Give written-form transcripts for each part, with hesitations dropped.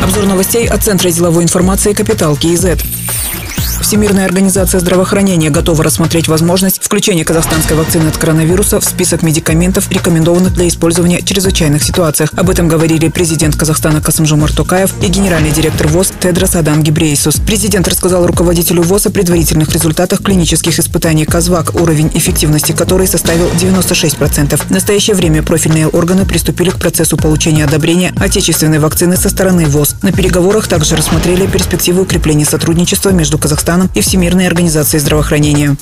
Обзор новостей от Центра деловой информации «Капитал КИЗ». Всемирная организация здравоохранения готова рассмотреть возможность включения казахстанской вакцины от коронавируса в список медикаментов, рекомендованных для использования в чрезвычайных ситуациях. Об этом говорили президент Казахстана Касым-Жомарт Токаев и генеральный директор ВОЗ Тедрос Аданом Гебрейесус. Президент рассказал руководителю ВОЗ о предварительных результатах клинических испытаний Казвак, уровень эффективности которой составил 96%. В настоящее время профильные органы приступили к процессу получения одобрения отечественной вакцины со стороны ВОЗ. На переговорах также рассмотрели перспективы укрепления сотрудничества между Казахстаном и Всемирной организацией здравоохранения.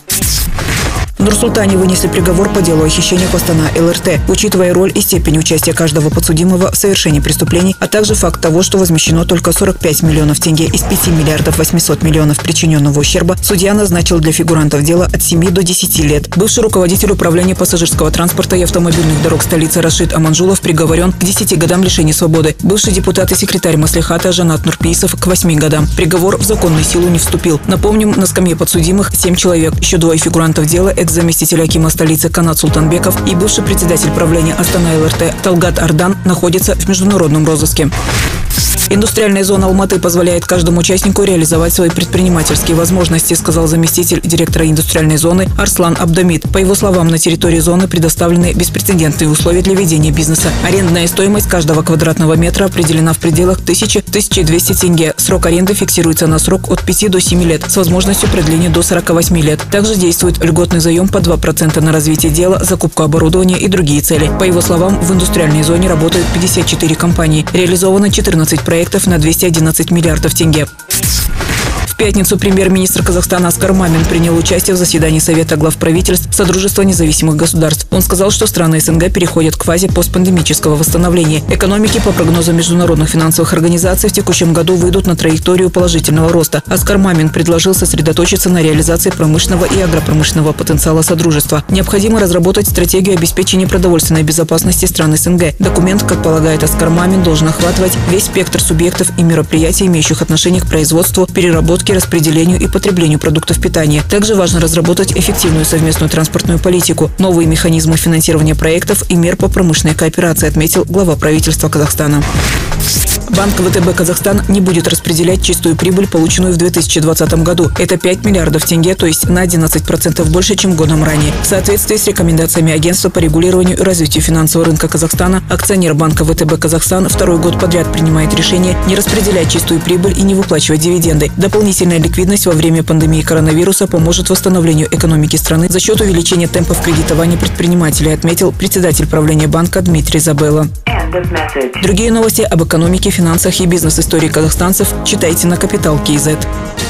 В Нур-Султане вынесли приговор по делу о хищениях в Астана-ЛРТ, учитывая роль и степень участия каждого подсудимого в совершении преступлений, а также факт того, что возмещено только 45 миллионов тенге из 5 миллиардов 800 миллионов причиненного ущерба, судья назначил для фигурантов дела от 7 до 10 лет. Бывший руководитель управления пассажирского транспорта и автомобильных дорог столицы Рашид Аманжулов приговорен к 10 годам лишения свободы. Бывший депутат и секретарь Маслихата Жанат Нурпейсов к 8 годам. Приговор в законную силу не вступил. Напомним, на скамье подсудимых 7 человек. Еще двое фигурантов дела – заместитель акима столицы Канат Султанбеков и бывший председатель правления Астана-ЛРТ Талгат Ардан находятся в международном розыске. Индустриальная зона Алматы позволяет каждому участнику реализовать свои предпринимательские возможности, сказал заместитель директора индустриальной зоны Арслан Абдамид. По его словам, на территории зоны предоставлены беспрецедентные условия для ведения бизнеса. Арендная стоимость каждого квадратного метра определена в пределах 1000-1200 тенге. Срок аренды фиксируется на срок от 5 до 7 лет с возможностью продления до 48 лет. Также действует льготный заем по 2% на развитие дела, закупку оборудования и другие цели. По его словам, в индустриальной зоне работают 54 компании. Реализовано 14 проектов на 211 миллиардов тенге. В пятницу премьер-министр Казахстана Аскар Мамин принял участие в заседании Совета глав правительств Содружества независимых государств. Он сказал, что страны СНГ переходят к фазе постпандемического восстановления. Экономики, по прогнозам международных финансовых организаций, в текущем году выйдут на траекторию положительного роста. Аскар Мамин предложил сосредоточиться на реализации промышленного и агропромышленного потенциала Содружества. Необходимо разработать стратегию обеспечения продовольственной безопасности стран СНГ. Документ, как полагает Аскар Мамин, должен охватывать весь спектр субъектов и мероприятий, имеющих отношение к производству, переработке, распределению и потреблению продуктов питания. Также важно разработать эффективную совместную транспортную политику, новые механизмы финансирования проектов и мер по промышленной кооперации, отметил глава правительства Казахстана. Банк ВТБ Казахстан не будет распределять чистую прибыль, полученную в 2020 году. Это 5 миллиардов тенге, то есть на 11% больше, чем годом ранее. В соответствии с рекомендациями Агентства по регулированию и развитию финансового рынка Казахстана, акционер банка ВТБ Казахстан второй год подряд принимает решение не распределять чистую прибыль и не выплачивать дивиденды. Дополнительная ликвидность во время пандемии коронавируса поможет восстановлению экономики страны за счет увеличения темпов кредитования предпринимателей, отметил председатель правления банка Дмитрий Забелла. Другие новости об экономике, финансах и бизнес-истории казахстанцев читайте на Капитал КИЗ.